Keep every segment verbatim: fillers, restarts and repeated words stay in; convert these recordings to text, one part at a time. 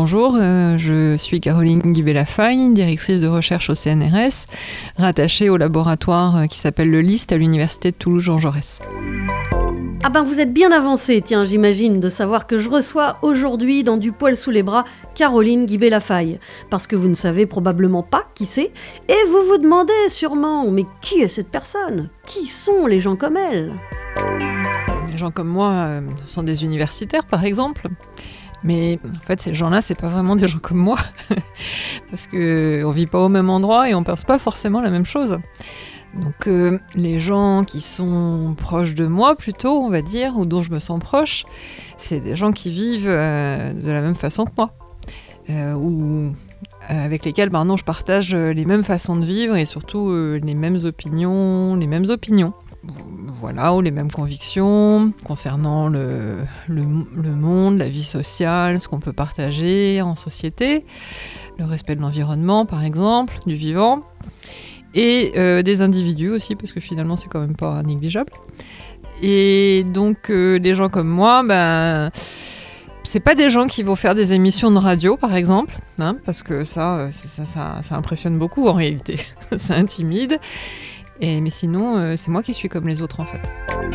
bonjour, euh, je suis Caroline Guibé-Lafaille, directrice de recherche au C N R S, rattachée au laboratoire euh, qui s'appelle le LIST à l'Université de Toulouse-Jean Jaurès. Ah ben vous êtes bien avancé, tiens, j'imagine, de savoir que je reçois aujourd'hui dans Du poil sous les bras Caroline Guibé-Lafaille. Parce que vous ne savez probablement pas qui c'est, et vous vous demandez sûrement, mais qui est cette personne ? Qui sont les gens comme elle ? Les gens comme moi euh, sont des universitaires, par exemple. Mais en fait, ces gens-là, c'est pas vraiment des gens comme moi. Parce qu'on vit pas au même endroit et on pense pas forcément la même chose. Donc euh, les gens qui sont proches de moi plutôt, on va dire, ou dont je me sens proche, c'est des gens qui vivent euh, de la même façon que moi. Euh, ou avec lesquels, pardon, je partage les mêmes façons de vivre et surtout euh, les mêmes opinions, les mêmes opinions. Voilà, ou les mêmes convictions concernant le, le, le monde, la vie sociale, ce qu'on peut partager en société, le respect de l'environnement par exemple, du vivant, et euh, des individus aussi, parce que finalement c'est quand même pas négligeable. Et donc euh, les gens comme moi, ben, c'est pas des gens qui vont faire des émissions de radio par exemple, hein, parce que ça, ça, ça, ça impressionne beaucoup en réalité, ça intimide. Et, mais sinon, euh, c'est moi qui suis comme les autres en fait.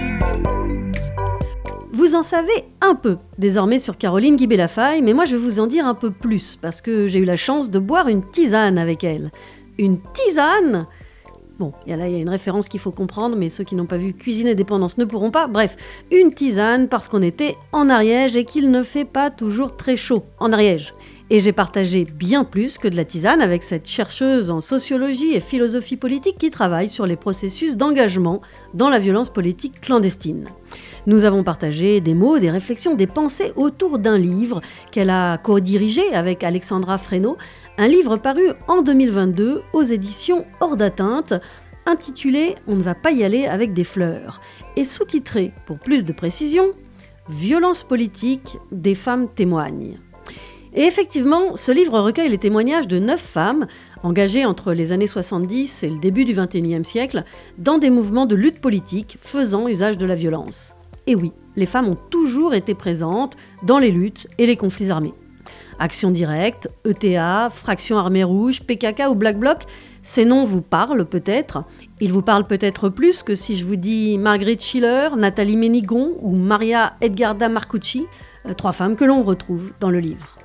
Vous en savez un peu désormais sur Caroline Guibé-Lafaille, mais moi je vais vous en dire un peu plus, parce que j'ai eu la chance de boire une tisane avec elle. Une tisane ? Bon, y a là il y a une référence qu'il faut comprendre, mais ceux qui n'ont pas vu Cuisine Dépendance ne pourront pas. Bref, une tisane parce qu'on était en Ariège et qu'il ne fait pas toujours très chaud en Ariège. Et j'ai partagé bien plus que de la tisane avec cette chercheuse en sociologie et philosophie politique qui travaille sur les processus d'engagement dans la violence politique clandestine. Nous avons partagé des mots, des réflexions, des pensées autour d'un livre qu'elle a co-dirigé avec Alexandra Fresneau, un livre paru en deux mille vingt-deux aux éditions Hors d'atteinte, intitulé « On ne va pas y aller avec des fleurs » et sous-titré, pour plus de précision, « Violence politique, des femmes témoignent ». Et effectivement, ce livre recueille les témoignages de neuf femmes engagées entre les années soixante-dix et le début du vingt et unième siècle dans des mouvements de lutte politique faisant usage de la violence. Et oui, les femmes ont toujours été présentes dans les luttes et les conflits armés. Action directe, E T A, Fraction Armée Rouge, P K K ou Black Bloc, ces noms vous parlent peut-être. Ils vous parlent peut-être plus que si je vous dis Marguerite Schiller, Nathalie Ménigon ou Maria Edgarda Marcucci, trois femmes que l'on retrouve dans le livre.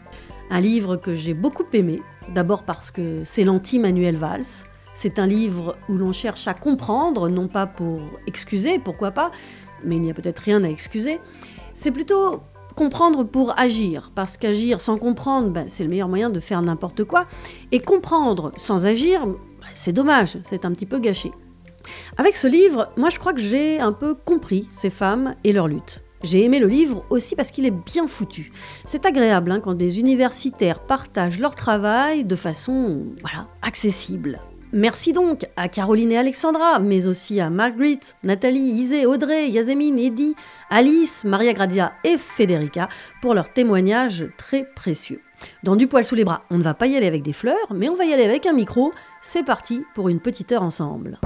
Un livre que j'ai beaucoup aimé, d'abord parce que c'est l'anti-Manuel Valls. C'est un livre où l'on cherche à comprendre, non pas pour excuser, pourquoi pas, mais il n'y a peut-être rien à excuser. C'est plutôt comprendre pour agir, parce qu'agir sans comprendre, ben, c'est le meilleur moyen de faire n'importe quoi. Et comprendre sans agir, ben, c'est dommage, c'est un petit peu gâché. Avec ce livre, moi je crois que j'ai un peu compris ces femmes et leur lutte. J'ai aimé le livre aussi parce qu'il est bien foutu. C'est agréable hein, quand des universitaires partagent leur travail de façon voilà, accessible. Merci donc à Caroline et Alexandra, mais aussi à Marguerite, Nathalie, Isée, Audrey, Yasémine, Eddy, Alice, Maria Gradia et Federica pour leurs témoignages très précieux. Dans Du poil sous les bras, on ne va pas y aller avec des fleurs, mais on va y aller avec un micro. C'est parti pour une petite heure ensemble.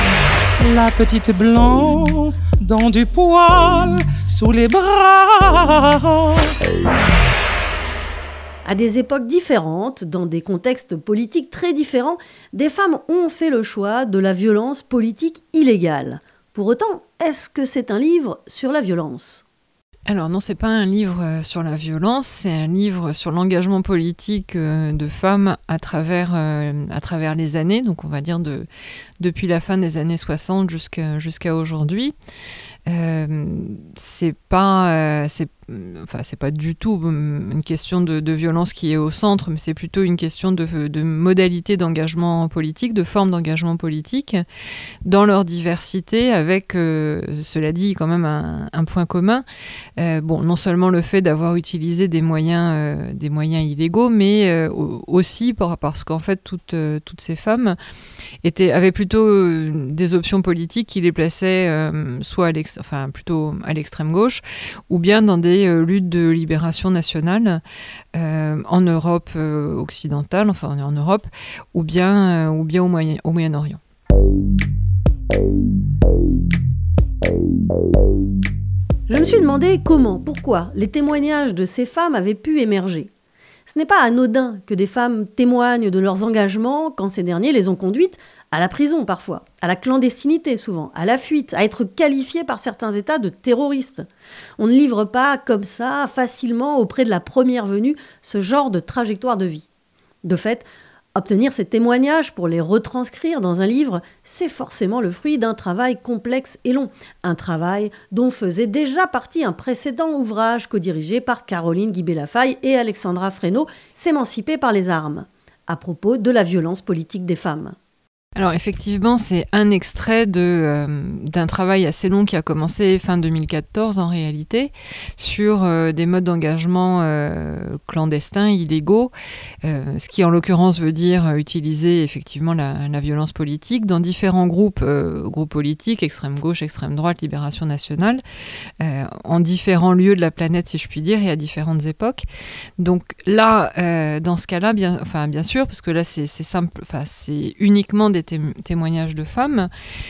La petite blanc dans du poil sous les bras. À des époques différentes, dans des contextes politiques très différents, des femmes ont fait le choix de la violence politique illégale. Pour autant, est-ce que c'est un livre sur la violence ? Alors non, c'est pas un livre sur la violence, c'est un livre sur l'engagement politique de femmes à travers, euh, à travers les années, donc on va dire de, depuis la fin des années soixante jusqu'à, jusqu'à aujourd'hui. Euh, c'est pas, euh, c'est, enfin, c'est pas du tout une question de, de violence qui est au centre, mais c'est plutôt une question de, de modalité d'engagement politique, de forme d'engagement politique, dans leur diversité, avec, euh, cela dit, quand même un, un point commun. Euh, bon, non seulement le fait d'avoir utilisé des moyens, euh, des moyens illégaux, mais euh, aussi parce qu'en fait, toutes, euh, toutes ces femmes étaient, avaient plutôt euh, des options politiques qui les plaçaient euh, soit à l'ex- enfin, plutôt à l'extrême gauche, ou bien dans des euh, luttes de libération nationale euh, en Europe euh, occidentale, enfin en Europe, ou bien, euh, ou bien au, Moyen, au Moyen-Orient. Je me suis demandé comment, pourquoi les témoignages de ces femmes avaient pu émerger. Ce n'est pas anodin que des femmes témoignent de leurs engagements quand ces derniers les ont conduites à la prison parfois, à la clandestinité souvent, à la fuite, à être qualifiées par certains États de terroristes. On ne livre pas comme ça, facilement, auprès de la première venue, ce genre de trajectoire de vie. De fait, obtenir ces témoignages pour les retranscrire dans un livre, c'est forcément le fruit d'un travail complexe et long. Un travail dont faisait déjà partie un précédent ouvrage co-dirigé par Caroline Guibé-Lafaye et Alexandra Fresneau, S'émanciper par les armes, à propos de la violence politique des femmes. Alors effectivement, c'est un extrait de, euh, d'un travail assez long qui a commencé fin deux mille quatorze en réalité, sur euh, des modes d'engagement euh, clandestins, illégaux, euh, ce qui en l'occurrence veut dire utiliser effectivement la, la violence politique dans différents groupes, euh, groupes politiques, extrême gauche, extrême droite, Libération nationale, euh, en différents lieux de la planète si je puis dire et à différentes époques. Donc là, euh, dans ce cas-là, bien, enfin, bien sûr, parce que là c'est, c'est simple, enfin, c'est uniquement des témoignages de femmes,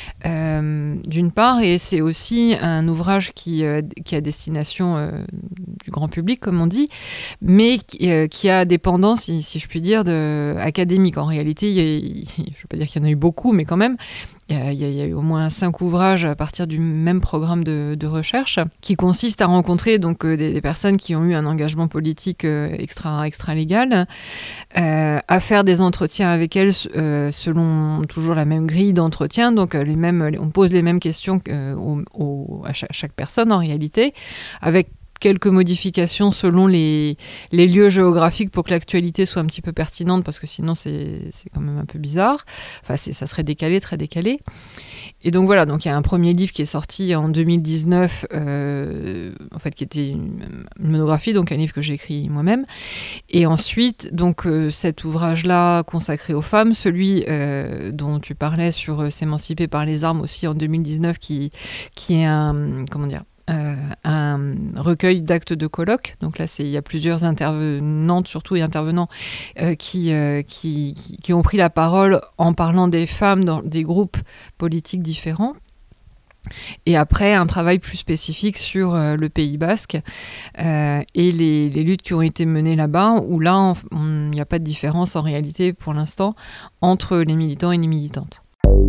euh, d'une part, et c'est aussi un ouvrage qui, euh, qui a destination euh, du grand public, comme on dit, mais qui, euh, qui a dépendance, si, si je puis dire, de, académique. En réalité, il y a, il, je ne veux pas dire qu'il y en a eu beaucoup, mais quand même, il y a, il y a eu au moins cinq ouvrages à partir du même programme de, de recherche qui consiste à rencontrer donc, euh, des, des personnes qui ont eu un engagement politique euh, extra, extra-légal, euh, à faire des entretiens avec elles euh, selon toujours la même grille d'entretien, donc euh, les mêmes, on pose les mêmes questions euh, au, au, à chaque, chaque personne en réalité, avec quelques modifications selon les, les lieux géographiques pour que l'actualité soit un petit peu pertinente, parce que sinon c'est, c'est quand même un peu bizarre. Enfin, c'est, ça serait décalé, très décalé. Et donc voilà, donc il y a un premier livre qui est sorti en deux mille dix-neuf, euh, en fait, qui était une, une monographie, donc un livre que j'ai écrit moi-même. Et ensuite, donc euh, cet ouvrage-là consacré aux femmes, celui euh, dont tu parlais sur euh, S'émanciper par les armes aussi en deux mille dix-neuf, qui, qui est un, comment dire, Euh, un recueil d'actes de colloques. Donc là, c'est, il y a plusieurs intervenantes, surtout et intervenants, euh, qui, euh, qui, qui, qui ont pris la parole en parlant des femmes dans des groupes politiques différents. Et après, un travail plus spécifique sur euh, le Pays basque euh, et les, les luttes qui ont été menées là-bas, où là, il n'y a pas de différence en réalité pour l'instant entre les militants et les militantes.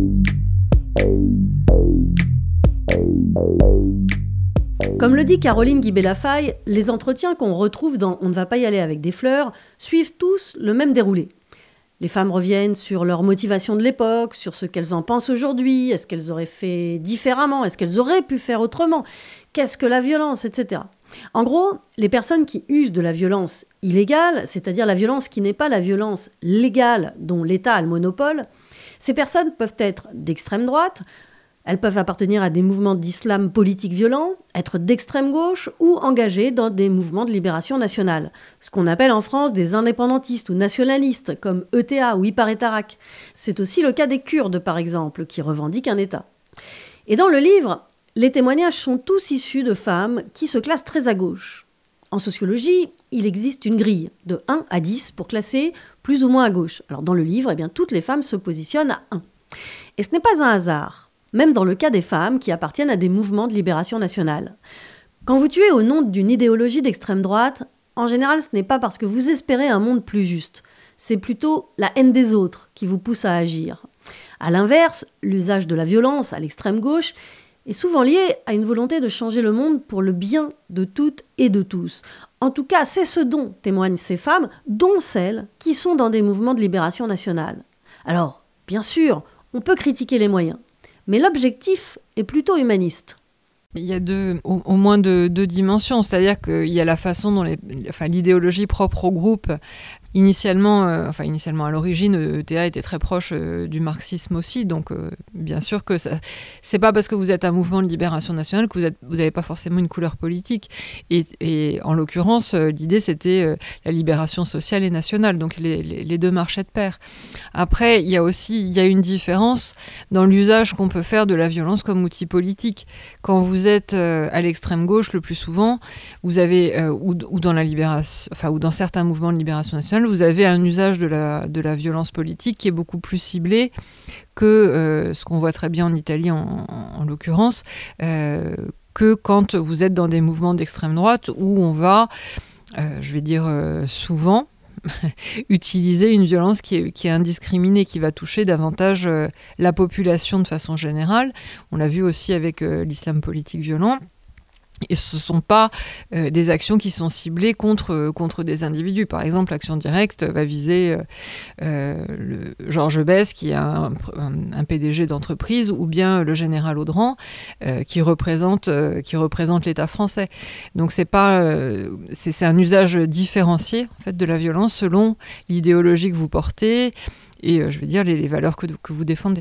Comme le dit Caroline Guibé-Lafaye, les entretiens qu'on retrouve dans « On ne va pas y aller avec des fleurs » suivent tous le même déroulé. Les femmes reviennent sur leur motivation de l'époque, sur ce qu'elles en pensent aujourd'hui, est-ce qu'elles auraient fait différemment, est-ce qu'elles auraient pu faire autrement, qu'est-ce que la violence, et cetera. En gros, les personnes qui usent de la violence illégale, c'est-à-dire la violence qui n'est pas la violence légale dont l'État a le monopole, ces personnes peuvent être d'extrême droite, elles peuvent appartenir à des mouvements d'islam politique violent, être d'extrême gauche ou engagées dans des mouvements de libération nationale. Ce qu'on appelle en France des indépendantistes ou nationalistes, comme E T A ou Iparétarac. C'est aussi le cas des Kurdes, par exemple, qui revendiquent un État. Et dans le livre, les témoignages sont tous issus de femmes qui se classent très à gauche. En sociologie, il existe une grille de un à dix pour classer plus ou moins à gauche. Alors dans le livre, eh bien, toutes les femmes se positionnent à un. Et ce n'est pas un hasard. Même dans le cas des femmes qui appartiennent à des mouvements de libération nationale. Quand vous tuez au nom d'une idéologie d'extrême droite, en général, ce n'est pas parce que vous espérez un monde plus juste. C'est plutôt la haine des autres qui vous pousse à agir. À l'inverse, l'usage de la violence à l'extrême gauche est souvent lié à une volonté de changer le monde pour le bien de toutes et de tous. En tout cas, c'est ce dont témoignent ces femmes, dont celles qui sont dans des mouvements de libération nationale. Alors, bien sûr, on peut critiquer les moyens. Mais l'objectif est plutôt humaniste. Il y a deux, au, au moins deux, deux dimensions, c'est-à-dire qu'il y a la façon dont les, enfin, l'idéologie propre au groupe, initialement, euh, enfin initialement à l'origine, E T A était très proche euh, du marxisme aussi, donc euh, bien sûr que ça, c'est pas parce que vous êtes un mouvement de libération nationale que vous êtes, vous n'avez pas forcément une couleur politique. Et, et en l'occurrence, euh, l'idée c'était euh, la libération sociale et nationale, donc les, les, les deux marchaient de pair. Après, il y a aussi, il y a une différence dans l'usage qu'on peut faire de la violence comme outil politique. Quand vous êtes euh, à l'extrême gauche, le plus souvent, vous avez euh, ou, ou dans la libération, enfin ou dans certains mouvements de libération nationale, vous avez un usage de la, de la violence politique qui est beaucoup plus ciblé que euh, ce qu'on voit très bien en Italie en, en, en l'occurrence, euh, que quand vous êtes dans des mouvements d'extrême droite où on va, euh, je vais dire euh, souvent, utiliser une violence qui est, qui est indiscriminée, qui va toucher davantage euh, la population de façon générale. On l'a vu aussi avec euh, l'islam politique violent. Et ce ne sont pas euh, des actions qui sont ciblées contre, euh, contre des individus. Par exemple, l'action directe va viser euh, euh, le Georges Besse, qui est un, un, un P D G d'entreprise, ou bien le général Audran, euh, qui représente, euh, qui représente l'État français. Donc c'est, pas, euh, c'est, c'est un usage différencié en fait, de la violence selon l'idéologie que vous portez et, euh, je veux dire, les, les valeurs que, que vous défendez.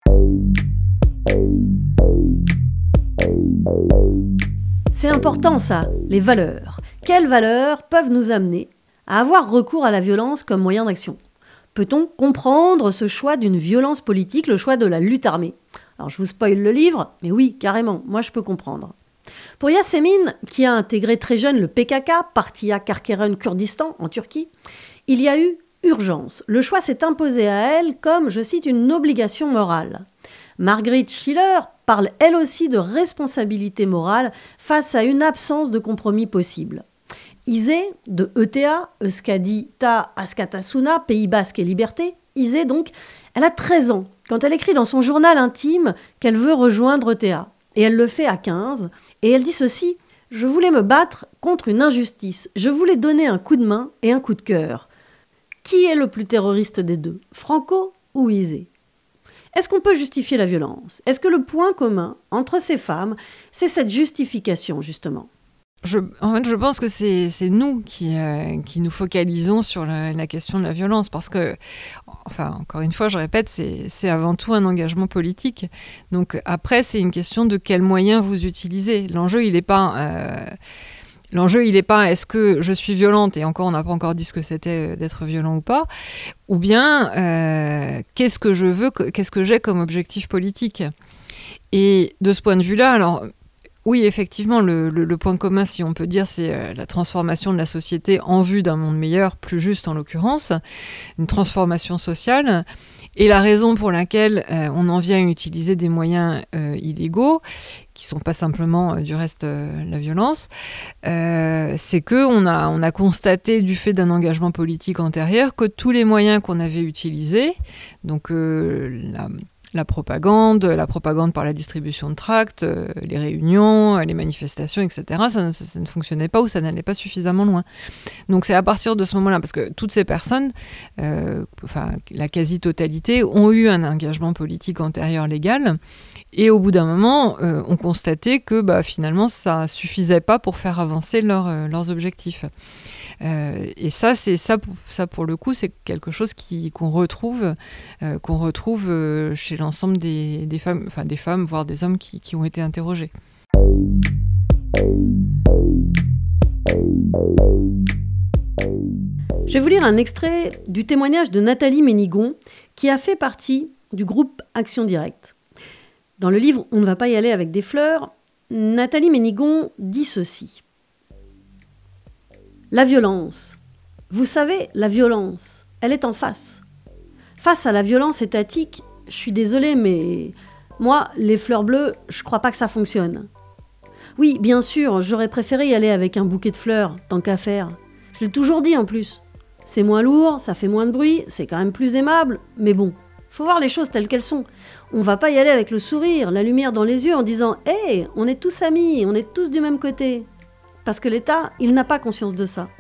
C'est important ça, les valeurs. Quelles valeurs peuvent nous amener à avoir recours à la violence comme moyen d'action ? Peut-on comprendre ce choix d'une violence politique, le choix de la lutte armée ? Alors je vous spoil le livre, mais oui, carrément, moi je peux comprendre. Pour Yasemin, qui a intégré très jeune le P K K, Partiya Kırgızen Kurdistan, en Turquie, il y a eu urgence. Le choix s'est imposé à elle comme, je cite, une obligation morale. Marguerite Schiller parle elle aussi de responsabilité morale face à une absence de compromis possible. Isée, de E T A, Euskadi Ta Askatasuna, Pays Basque et Liberté, Isée donc, elle a treize ans quand elle écrit dans son journal intime qu'elle veut rejoindre E T A. Et elle le fait à quinze, et elle dit ceci : « Je voulais me battre contre une injustice, je voulais donner un coup de main et un coup de cœur. » Qui est le plus terroriste des deux, Franco ou Isée ? Est-ce qu'on peut justifier la violence ? Est-ce que le point commun entre ces femmes, c'est cette justification, justement ? Je, en fait, je pense que c'est, c'est nous qui, euh, qui nous focalisons sur la, la question de la violence, parce que, enfin, encore une fois, je répète, c'est, c'est avant tout un engagement politique. Donc après, c'est une question de quels moyens vous utilisez. L'enjeu, il n'est pas... Euh, L'enjeu, il n'est pas est-ce que je suis violente, et encore, on n'a pas encore dit ce que c'était d'être violent ou pas, ou bien euh, qu'est-ce que je veux, qu'est-ce que j'ai comme objectif politique. Et de ce point de vue-là, alors, oui, effectivement, le, le, le point commun, si on peut dire, c'est euh, la transformation de la société en vue d'un monde meilleur, plus juste en l'occurrence, une transformation sociale. Et la raison pour laquelle euh, on en vient à utiliser des moyens euh, illégaux, qui ne sont pas simplement euh, du reste euh, la violence, euh, c'est qu'on a, on a constaté du fait d'un engagement politique antérieur que tous les moyens qu'on avait utilisés, donc euh, la, la propagande, la propagande par la distribution de tracts, euh, les réunions, les manifestations, et cetera, ça, ça, ça ne fonctionnait pas ou ça n'allait pas suffisamment loin. Donc c'est à partir de ce moment-là, parce que toutes ces personnes, euh, enfin la quasi-totalité, ont eu un engagement politique antérieur légal, et au bout d'un moment, euh, ont constaté que bah, finalement ça ne suffisait pas pour faire avancer leur, euh, leurs objectifs. Euh, et ça, c'est ça, ça pour le coup, c'est quelque chose qui, qu'on retrouve, euh, qu'on retrouve euh, chez l'ensemble des, des femmes, enfin des femmes, voire des hommes qui, qui ont été interrogés. Je vais vous lire un extrait du témoignage de Nathalie Ménigon, qui a fait partie du groupe Action Directe. Dans le livre « On ne va pas y aller avec des fleurs », Nathalie Ménigon dit ceci. La violence. Vous savez, la violence, elle est en face. Face à la violence étatique, je suis désolée, mais moi, les fleurs bleues, je crois pas que ça fonctionne. Oui, bien sûr, j'aurais préféré y aller avec un bouquet de fleurs, tant qu'à faire. Je l'ai toujours dit en plus. C'est moins lourd, ça fait moins de bruit, c'est quand même plus aimable, mais bon, faut voir les choses telles qu'elles sont. On va pas y aller avec le sourire, la lumière dans les yeux en disant « Hé, hey, on est tous amis, on est tous du même côté ». Parce que l'État, il n'a pas conscience de ça.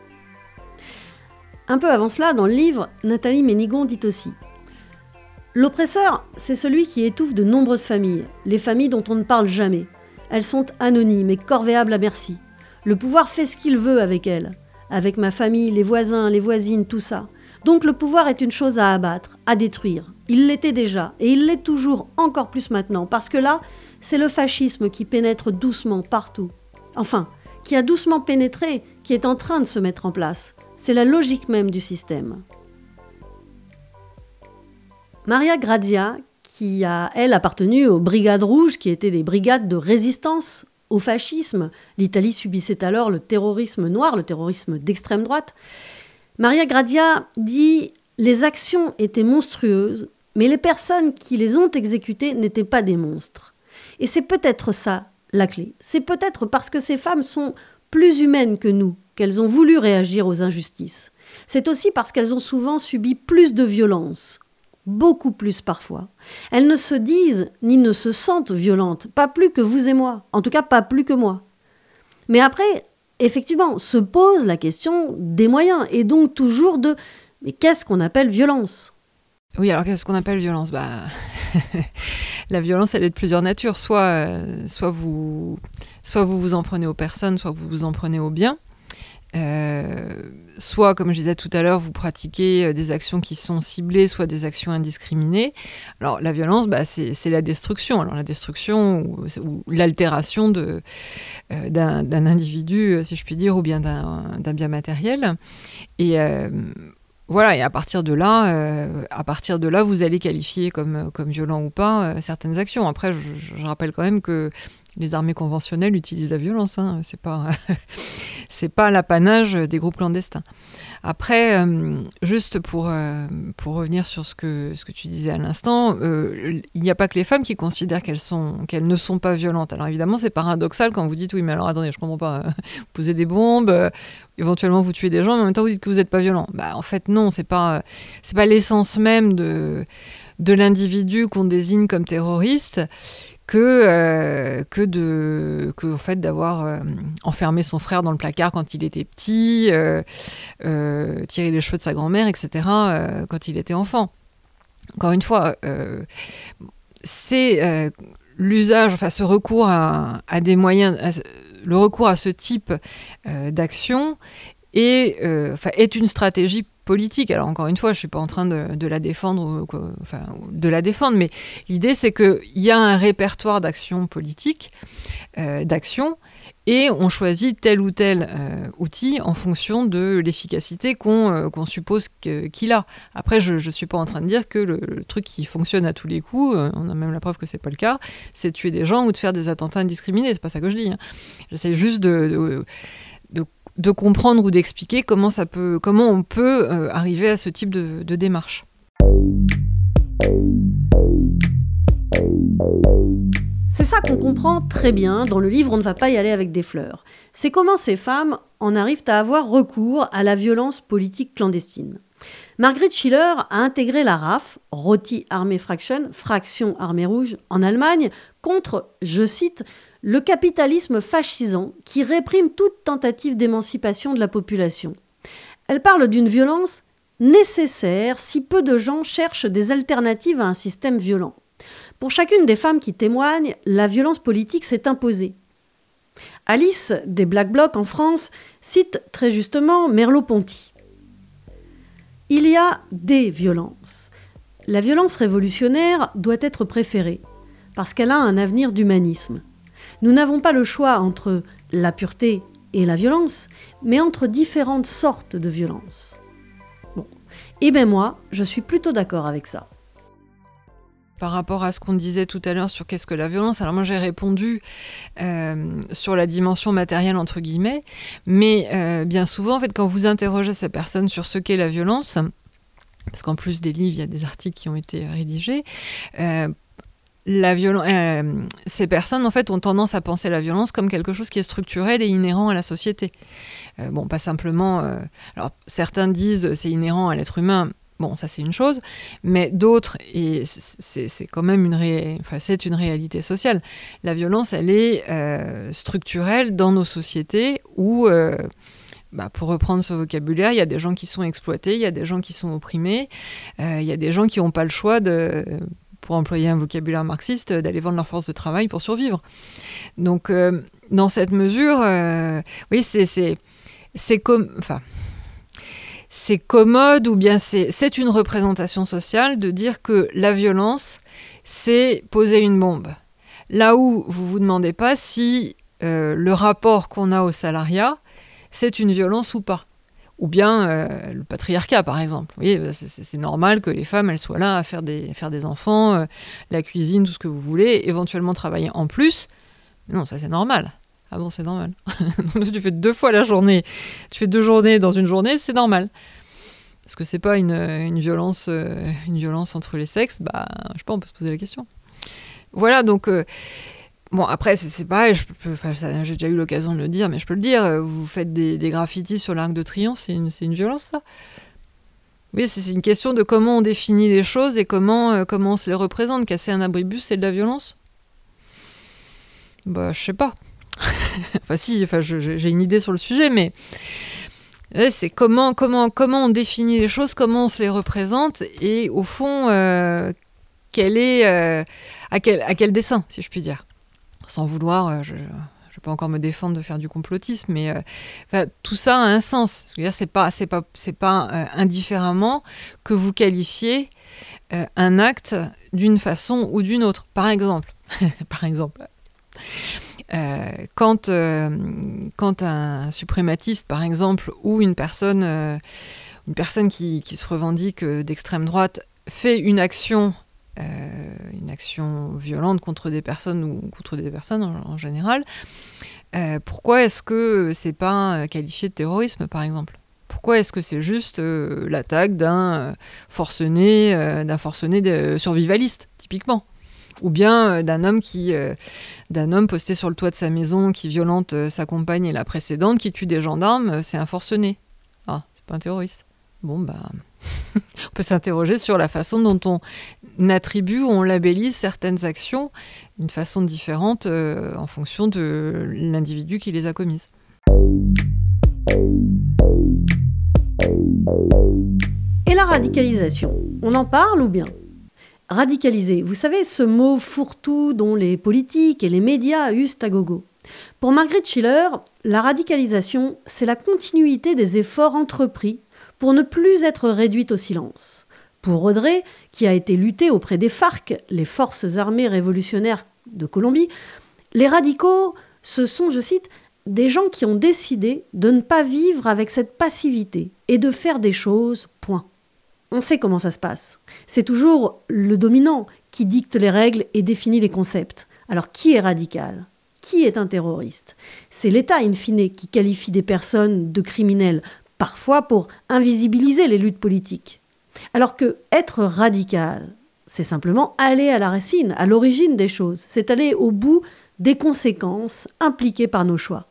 Un peu avant cela, dans le livre, Nathalie Ménigon dit aussi « L'oppresseur, c'est celui qui étouffe de nombreuses familles, les familles dont on ne parle jamais. Elles sont anonymes et corvéables à merci. Le pouvoir fait ce qu'il veut avec elles. Avec ma famille, les voisins, les voisines, tout ça. Donc le pouvoir est une chose à abattre, à détruire. Il l'était déjà, et il l'est toujours encore plus maintenant, parce que là, c'est le fascisme qui pénètre doucement partout. Enfin, qui a doucement pénétré, qui est en train de se mettre en place. C'est la logique même du système. Maria Grazia, qui a, elle, appartenu aux Brigades Rouges, qui étaient des brigades de résistance au fascisme. L'Italie subissait alors le terrorisme noir, le terrorisme d'extrême droite. Maria Grazia dit « Les actions étaient monstrueuses, mais les personnes qui les ont exécutées n'étaient pas des monstres. » Et c'est peut-être ça, la clé. C'est peut-être parce que ces femmes sont plus humaines que nous qu'elles ont voulu réagir aux injustices. C'est aussi parce qu'elles ont souvent subi plus de violence, beaucoup plus parfois. Elles ne se disent ni ne se sentent violentes, pas plus que vous et moi, en tout cas pas plus que moi. Mais après, effectivement, se pose la question des moyens, et donc toujours de « mais qu'est-ce qu'on appelle violence ?» Oui, alors qu'est-ce qu'on appelle violence ? Bah, la violence, elle est de plusieurs natures. Soit, euh, soit, vous, soit vous vous en prenez aux personnes, soit vous vous en prenez aux biens. Euh, soit, comme je disais tout à l'heure, vous pratiquez des actions qui sont ciblées, soit des actions indiscriminées. Alors, la violence, bah, c'est, c'est la destruction. Alors, la destruction ou, ou l'altération de, euh, d'un, d'un individu, si je puis dire, ou bien d'un, d'un bien matériel. Et... Euh, Voilà, et à partir de là, euh, à partir de là, vous allez qualifier comme, comme violent ou pas euh, certaines actions. Après, je, je rappelle quand même que les armées conventionnelles utilisent la violence. Hein. C'est pas, c'est pas l'apanage des groupes clandestins. Après, euh, juste pour, euh, pour revenir sur ce que, ce que tu disais à l'instant, euh, il n'y a pas que les femmes qui considèrent qu'elles, sont, qu'elles ne sont pas violentes. Alors évidemment, c'est paradoxal quand vous dites « oui, mais alors attendez, je comprends pas, vous posez des bombes, euh, éventuellement vous tuez des gens, mais en même temps vous dites que vous n'êtes pas violent. » Bah, en fait, non, c'est pas, c'est pas l'essence même de, de l'individu qu'on désigne comme terroriste que, euh, que, de, que en fait, d'avoir euh, enfermé son frère dans le placard quand il était petit, euh, euh, tiré les cheveux de sa grand-mère, et cetera, euh, quand il était enfant. Encore une fois, euh, c'est euh, l'usage, enfin ce recours à, à des moyens, à, le recours à ce type euh, d'action est, euh, enfin, est une stratégie politique. Alors encore une fois, je ne suis pas en train de, de la défendre, quoi, enfin, de la défendre, mais l'idée c'est qu'il y a un répertoire d'actions politiques, euh, d'actions, et on choisit tel ou tel euh, outil en fonction de l'efficacité qu'on, euh, qu'on suppose que, qu'il a. Après, je ne suis pas en train de dire que le, le truc qui fonctionne à tous les coups, euh, on a même la preuve que ce n'est pas le cas, c'est de tuer des gens ou de faire des attentats indiscriminés. Ce n'est pas ça que je dis. Hein. J'essaie juste de... de, de de comprendre ou d'expliquer comment, ça peut, comment on peut euh, arriver à ce type de, de démarche. C'est ça qu'on comprend très bien dans le livre « On ne va pas y aller avec des fleurs ». C'est comment ces femmes en arrivent à avoir recours à la violence politique clandestine. Margrit Schiller a intégré la R A F, Rote Armee Fraction, Fraction Armée Rouge, en Allemagne, contre, je cite, « le capitalisme fascisant qui réprime toute tentative d'émancipation de la population ». Elle parle d'une violence nécessaire si peu de gens cherchent des alternatives à un système violent. Pour chacune des femmes qui témoignent, la violence politique s'est imposée. Alice, des Black Blocs en France, cite très justement Merleau-Ponty. Il y a des violences. La violence révolutionnaire doit être préférée, parce qu'elle a un avenir d'humanisme. Nous n'avons pas le choix entre la pureté et la violence, mais entre différentes sortes de violence. Bon. Eh bien moi, je suis plutôt d'accord avec ça. Par rapport à ce qu'on disait tout à l'heure sur qu'est-ce que la violence, alors moi j'ai répondu euh, sur la dimension matérielle entre guillemets, mais euh, bien souvent en fait quand vous interrogez ces personnes sur ce qu'est la violence, parce qu'en plus des livres il y a des articles qui ont été rédigés, euh, la violence, euh, ces personnes en fait ont tendance à penser la violence comme quelque chose qui est structurel et inhérent à la société. Euh, bon, pas simplement. Euh, alors certains disent c'est inhérent à l'être humain. Bon, ça c'est une chose, mais d'autres, et c'est, c'est quand même une, ré... enfin, c'est une réalité sociale, la violence, elle est euh, structurelle dans nos sociétés où, euh, bah, pour reprendre ce vocabulaire, il y a des gens qui sont exploités, il y a des gens qui sont opprimés, euh, il y a des gens qui n'ont pas le choix, de, pour employer un vocabulaire marxiste, d'aller vendre leur force de travail pour survivre. Donc, euh, dans cette mesure, euh, oui, c'est, c'est, c'est comme... Enfin, c'est commode ou bien c'est, c'est une représentation sociale de dire que la violence, c'est poser une bombe. Là où vous ne vous demandez pas si euh, le rapport qu'on a au salariat, c'est une violence ou pas. Ou bien euh, le patriarcat, par exemple. Vous voyez, c'est, c'est normal que les femmes elles soient là à faire des, à faire des enfants, euh, la cuisine, tout ce que vous voulez, éventuellement travailler en plus. Mais non, ça c'est normal. Ah bon, c'est normal. Si tu fais deux fois la journée, tu fais deux journées dans une journée, c'est normal. Est-ce que c'est pas une, une, violence, euh, une violence entre les sexes ? Bah, je sais pas, on peut se poser la question. Voilà, donc, euh, Bon, après, c'est, c'est pareil, je peux, enfin, ça, j'ai déjà eu l'occasion de le dire, mais je peux le dire, vous faites des, des graffitis sur l'Arc de Triomphe, c'est une, c'est une violence, ça. Oui, c'est, c'est une question de comment on définit les choses et comment, euh, comment on se les représente. Casser un abribus, c'est de la violence ? Bah, je sais pas. Enfin, si, enfin, je, j'ai une idée sur le sujet, mais ouais, c'est comment, comment, comment on définit les choses, comment on se les représente, et au fond, euh, quel est, euh, à, quel, à quel dessein, si je puis dire. Sans vouloir, euh, je ne vais pas encore me défendre de faire du complotisme, mais euh, tout ça a un sens. Je veux dire, c'est pas, c'est pas, c'est pas euh, indifféremment que vous qualifiez euh, un acte d'une façon ou d'une autre. Par exemple, par exemple, euh, quand, euh, quand un suprématiste, par exemple, ou une personne, euh, une personne qui, qui se revendique d'extrême droite fait une action Euh, une action violente contre des personnes ou contre des personnes en, en général, euh, pourquoi est-ce que c'est pas qualifié de terrorisme, par exemple ? Pourquoi est-ce que c'est juste euh, l'attaque d'un euh, forcené, euh, d'un forcené de, survivaliste, typiquement ? Ou bien euh, d'un homme qui, euh, d'un homme posté sur le toit de sa maison qui violente euh, sa compagne et la précédente, qui tue des gendarmes, euh, c'est un forcené. Ah, c'est pas un terroriste. Bon, bah, on peut s'interroger sur la façon dont on attribue ou on labellise certaines actions d'une façon différente euh, en fonction de l'individu qui les a commises. Et la radicalisation, on en parle ou bien ? Radicaliser, vous savez, ce mot fourre-tout dont les politiques et les médias usent à gogo. Pour Margaret Schiller, la radicalisation, c'est la continuité des efforts entrepris pour ne plus être réduite au silence. Pour Audrey, qui a été luttée auprès des FARC, les forces armées révolutionnaires de Colombie, les radicaux, ce sont, je cite, des gens qui ont décidé de ne pas vivre avec cette passivité et de faire des choses, point. On sait comment ça se passe. C'est toujours le dominant qui dicte les règles et définit les concepts. Alors qui est radical ? Qui est un terroriste ? C'est l'État, in fine, qui qualifie des personnes de criminels, parfois pour invisibiliser les luttes politiques. Alors que être radical, c'est simplement aller à la racine, à l'origine des choses. C'est aller au bout des conséquences impliquées par nos choix.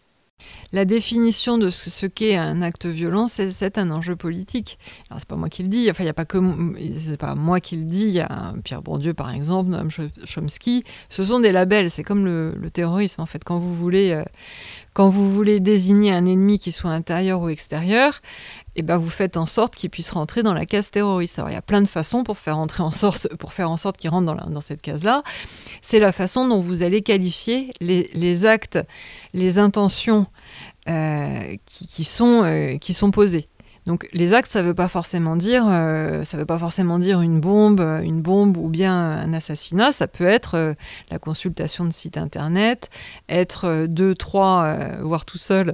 La définition de ce, ce qu'est un acte violent, c'est, c'est un enjeu politique. Alors, c'est pas moi qui le dis, enfin, il n'y a pas que c'est pas moi qui le dis, il y a Pierre Bourdieu, par exemple, Noam Chomsky. Ce sont des labels, c'est comme le, le terrorisme, en fait. Quand vous voulez, euh, quand vous voulez désigner un ennemi qui soit intérieur ou extérieur, eh ben, vous faites en sorte qu'il puisse rentrer dans la case terroriste. Alors, il y a plein de façons pour faire, entrer en sorte, pour faire en sorte qu'il rentre dans, la, dans cette case-là. C'est la façon dont vous allez qualifier les, les actes, les intentions euh, qui, qui, sont, euh, qui sont posées. Donc, les actes, ça ne veut pas forcément dire, euh, ça veut pas forcément dire une bombe, une bombe ou bien un assassinat. Ça peut être euh, la consultation de sites internet, être euh, deux, trois, euh, voire tout seul.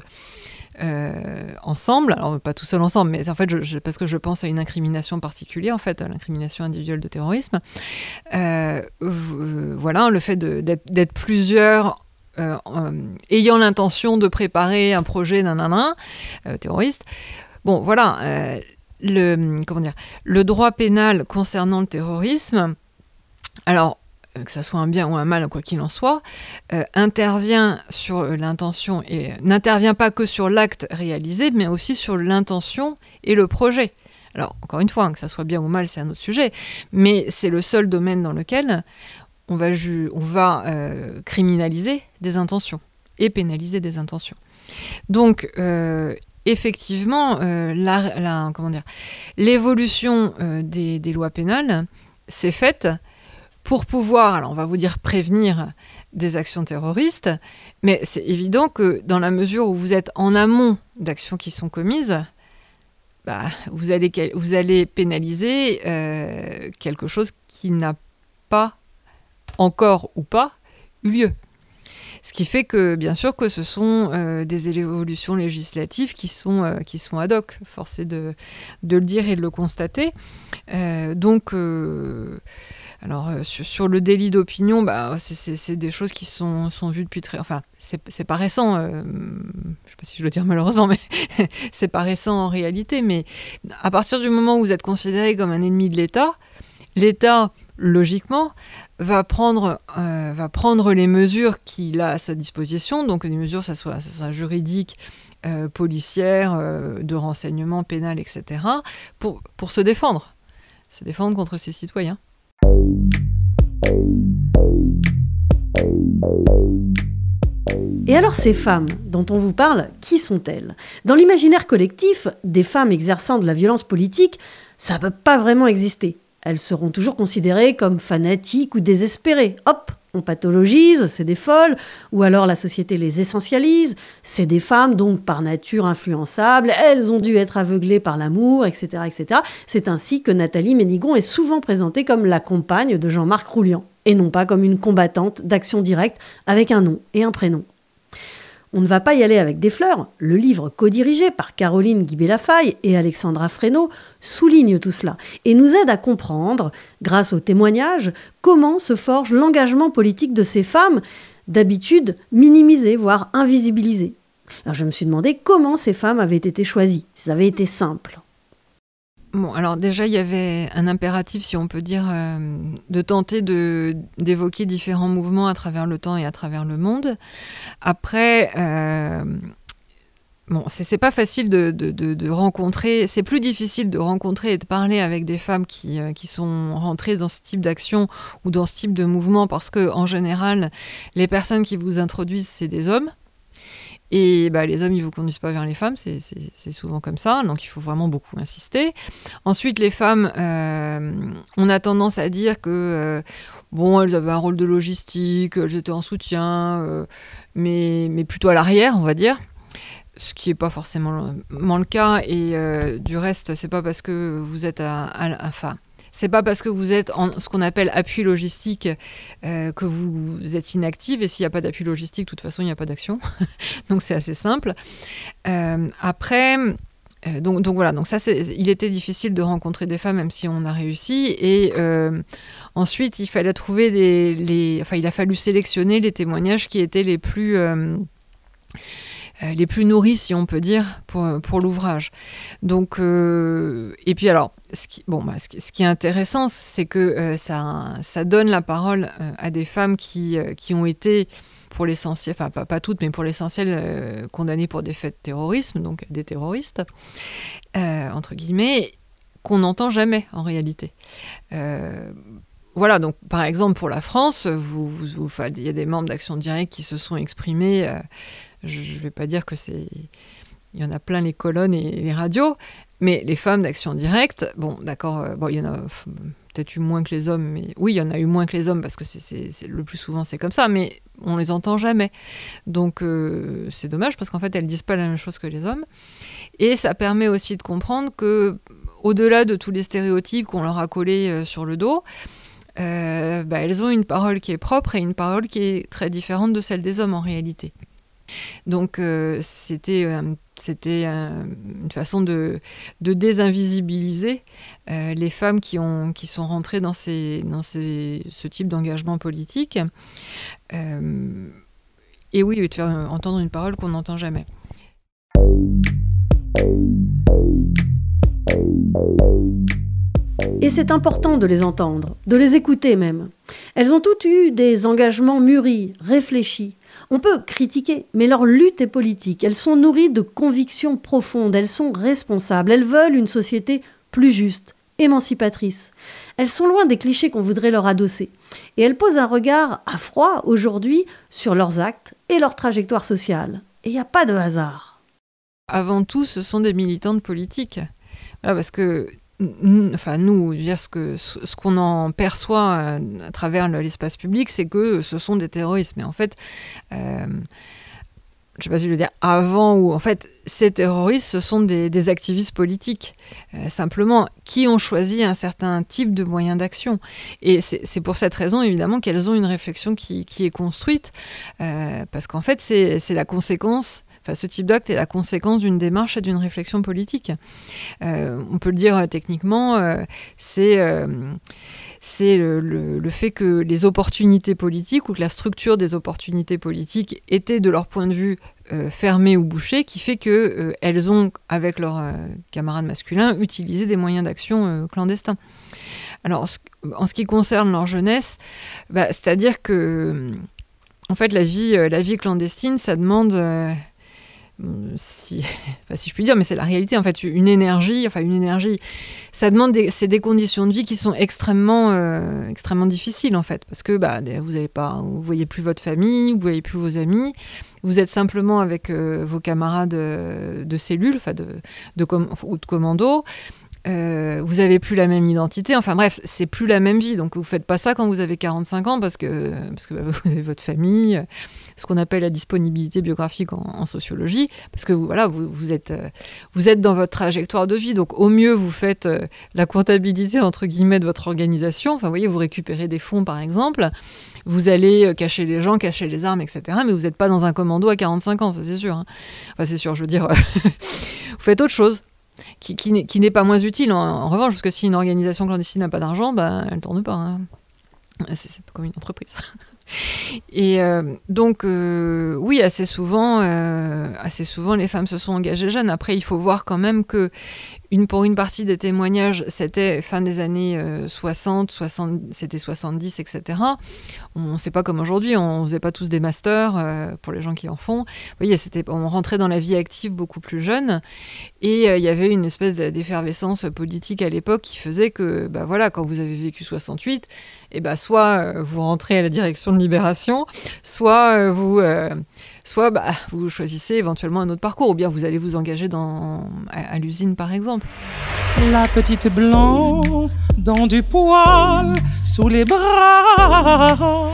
Euh, ensemble, alors pas tout seul ensemble, mais en fait, je, je, parce que je pense à une incrimination particulière, en fait, à l'incrimination individuelle de terrorisme. Euh, v- voilà, le fait de, d'être, d'être plusieurs euh, euh, ayant l'intention de préparer un projet nanana, euh, terroriste. Bon, voilà, euh, le, comment dire, le droit pénal concernant le terrorisme, alors, que ça soit un bien ou un mal, quoi qu'il en soit, euh, intervient sur l'intention et n'intervient pas que sur l'acte réalisé, mais aussi sur l'intention et le projet. Alors, encore une fois, hein, que ça soit bien ou mal, c'est un autre sujet, mais c'est le seul domaine dans lequel on va, ju- on va euh, criminaliser des intentions et pénaliser des intentions. Donc, euh, effectivement, euh, la, la, comment dire, l'évolution euh, des, des lois pénales s'est faite pour pouvoir, alors on va vous dire prévenir des actions terroristes, mais c'est évident que dans la mesure où vous êtes en amont d'actions qui sont commises, bah, vous, allez, vous allez pénaliser euh, quelque chose qui n'a pas encore ou pas eu lieu. Ce qui fait que, bien sûr, que ce sont euh, des évolutions législatives qui sont, euh, qui sont ad hoc, force est de, de le dire et de le constater. Euh, donc... Euh, Alors, euh, sur, sur le délit d'opinion, bah, c'est, c'est, c'est des choses qui sont, sont vues depuis très... Enfin, c'est, c'est pas récent, euh, je ne sais pas si je dois dire malheureusement, mais c'est pas récent en réalité. Mais à partir du moment où vous êtes considéré comme un ennemi de l'État, l'État, logiquement, va prendre, euh, va prendre les mesures qu'il a à sa disposition, donc les mesures, ça soit, ça sera juridique, euh, policière, euh, de renseignement, pénal, et cetera, pour, pour se défendre, se défendre contre ses citoyens. Et alors ces femmes dont on vous parle, qui sont-elles ? Dans l'imaginaire collectif, des femmes exerçant de la violence politique, ça ne peut pas vraiment exister. Elles seront toujours considérées comme fanatiques ou désespérées. Hop, on pathologise, c'est des folles, ou alors la société les essentialise, c'est des femmes donc par nature influençables, elles ont dû être aveuglées par l'amour, et cetera, et cetera. C'est ainsi que Nathalie Ménigon est souvent présentée comme la compagne de Jean-Marc Roulian, et non pas comme une combattante d'action directe avec un nom et un prénom. On ne va pas y aller avec des fleurs. Le livre codirigé par Caroline Guibé-Lafaye et Alexandra Fresneau souligne tout cela et nous aide à comprendre, grâce aux témoignages, comment se forge l'engagement politique de ces femmes, d'habitude minimisées, voire invisibilisées. Alors je me suis demandé comment ces femmes avaient été choisies, si ça avait été simple. Bon, alors déjà, il y avait un impératif, si on peut dire, euh, de tenter de, d'évoquer différents mouvements à travers le temps et à travers le monde. Après, euh, bon, c'est, c'est pas facile de, de, de, de rencontrer, c'est plus difficile de rencontrer et de parler avec des femmes qui, euh, qui sont rentrées dans ce type d'action ou dans ce type de mouvement, parce que en général, les personnes qui vous introduisent, c'est des hommes. Et bah, les hommes, ils ne vous conduisent pas vers les femmes, c'est, c'est, c'est souvent comme ça, donc il faut vraiment beaucoup insister. Ensuite, les femmes, euh, on a tendance à dire que, euh, bon, elles avaient un rôle de logistique, elles étaient en soutien, euh, mais, mais plutôt à l'arrière, on va dire. Ce qui n'est pas forcément le cas, et euh, du reste, c'est pas parce que vous êtes à, à, à enfin, c'est pas parce que vous êtes en ce qu'on appelle appui logistique euh, que vous êtes inactive, et s'il n'y a pas d'appui logistique, de toute façon, il n'y a pas d'action. Donc c'est assez simple. Euh, après, euh, donc, donc voilà, donc ça, c'est, il était difficile de rencontrer des femmes, même si on a réussi. Et euh, ensuite, il fallait trouver des, les, enfin, il a fallu sélectionner les témoignages qui étaient les plus euh, Euh, les plus nourris, si on peut dire, pour, pour l'ouvrage. Donc, euh, et puis alors, ce qui, bon, bah, ce, qui, ce qui est intéressant, c'est que euh, ça, ça donne la parole euh, à des femmes qui, euh, qui ont été, pour l'essentiel, enfin pas, pas toutes, mais pour l'essentiel, euh, condamnées pour des faits de terrorisme, donc des terroristes, euh, entre guillemets, qu'on n'entend jamais en réalité. Euh, Voilà, donc par exemple pour la France, vous, vous, vous, enfin, il y a des membres d'Action Directe qui se sont exprimés. Euh, je ne vais pas dire que c'est... Il y en a plein les colonnes et les radios, mais les femmes d'Action Directe, bon d'accord, euh, bon, il y en a peut-être eu moins que les hommes, mais oui, il y en a eu moins que les hommes parce que c'est, c'est, c'est, le plus souvent c'est comme ça, mais on les entend jamais. Donc euh, c'est dommage parce qu'en fait elles disent pas la même chose que les hommes. Et ça permet aussi de comprendre que au-delà de tous les stéréotypes qu'on leur a collés euh, sur le dos, Euh, bah, elles ont une parole qui est propre et une parole qui est très différente de celle des hommes en réalité. Donc euh, c'était, euh, c'était euh, une façon de, de désinvisibiliser euh, les femmes qui, ont, qui sont rentrées dans, ces, dans ces, ce type d'engagement politique. Euh, et oui, de faire entendre une parole qu'on n'entend jamais. Et c'est important de les entendre, de les écouter même. Elles ont toutes eu des engagements mûris, réfléchis. On peut critiquer, mais leur lutte est politique. Elles sont nourries de convictions profondes, elles sont responsables, elles veulent une société plus juste, émancipatrice. Elles sont loin des clichés qu'on voudrait leur adosser. Et elles posent un regard à froid aujourd'hui sur leurs actes et leur trajectoire sociale. Et il n'y a pas de hasard. Avant tout, ce sont des militantes politiques. Voilà, parce que Enfin, nous, dire ce, que, ce qu'on en perçoit à travers l'espace public, c'est que ce sont des terroristes. Mais en fait, euh, je ne sais pas si je veux dire avant ou... En fait, ces terroristes, ce sont des, des activistes politiques, euh, simplement, qui ont choisi un certain type de moyen d'action. Et c'est, c'est pour cette raison, évidemment, qu'elles ont une réflexion qui, qui est construite, euh, parce qu'en fait, c'est, c'est la conséquence... Enfin, ce type d'acte est la conséquence d'une démarche et d'une réflexion politique. Euh, on peut le dire euh, techniquement, euh, c'est, euh, c'est le, le, le fait que les opportunités politiques ou que la structure des opportunités politiques était, de leur point de vue, euh, fermée ou bouchée, qui fait qu'elles euh, ont, avec leurs euh, camarades masculins, utilisé des moyens d'action euh, clandestins. Alors, en ce qui concerne leur jeunesse, bah, c'est-à-dire que, en fait, la vie, la vie clandestine, ça demande, euh, si, enfin, si je puis dire, mais c'est la réalité, en fait, une énergie, enfin une énergie, ça demande, des, c'est des conditions de vie qui sont extrêmement, euh, extrêmement difficiles, en fait, parce que bah, vous avez pas, vous voyez plus votre famille, vous voyez plus vos amis, vous êtes simplement avec euh, vos camarades euh, de cellule, enfin de, de com- ou de commando. Euh, vous n'avez plus la même identité, enfin bref, c'est plus la même vie, donc vous ne faites pas ça quand vous avez quarante-cinq ans parce que, parce que bah, vous avez votre famille, ce qu'on appelle la disponibilité biographique en, en sociologie, parce que vous, voilà, vous, vous, êtes, vous êtes dans votre trajectoire de vie, donc au mieux vous faites euh, la comptabilité entre guillemets de votre organisation, enfin vous voyez, vous récupérez des fonds par exemple, vous allez cacher les gens, cacher les armes, et cetera, mais vous n'êtes pas dans un commando à quarante-cinq ans, ça c'est sûr, hein. Enfin c'est sûr, je veux dire, vous faites autre chose. Qui, qui, n'est, qui n'est pas moins utile en, en revanche, parce que si une organisation clandestine n'a pas d'argent, bah, elle ne tourne pas. Hein. C'est, c'est comme une entreprise. Et euh, donc, euh, oui, assez souvent, euh, assez souvent, les femmes se sont engagées jeunes. Après, il faut voir quand même que une, pour une partie des témoignages, c'était fin des années euh, soixante, soixante, c'était soixante-dix, et cetera. On ne sait pas comme aujourd'hui, on ne faisait pas tous des masters euh, pour les gens qui en font. Vous voyez, c'était, on rentrait dans la vie active beaucoup plus jeune et il euh, y avait une espèce d'effervescence politique à l'époque qui faisait que, bah, voilà, quand vous avez vécu soixante-huit, et bah, soit euh, vous rentrez à la direction de Libération, soit euh, vous... Euh, Soit bah, vous choisissez éventuellement un autre parcours, ou bien vous allez vous engager dans, à, à l'usine, par exemple. La petite blanc dans du poil sous les bras.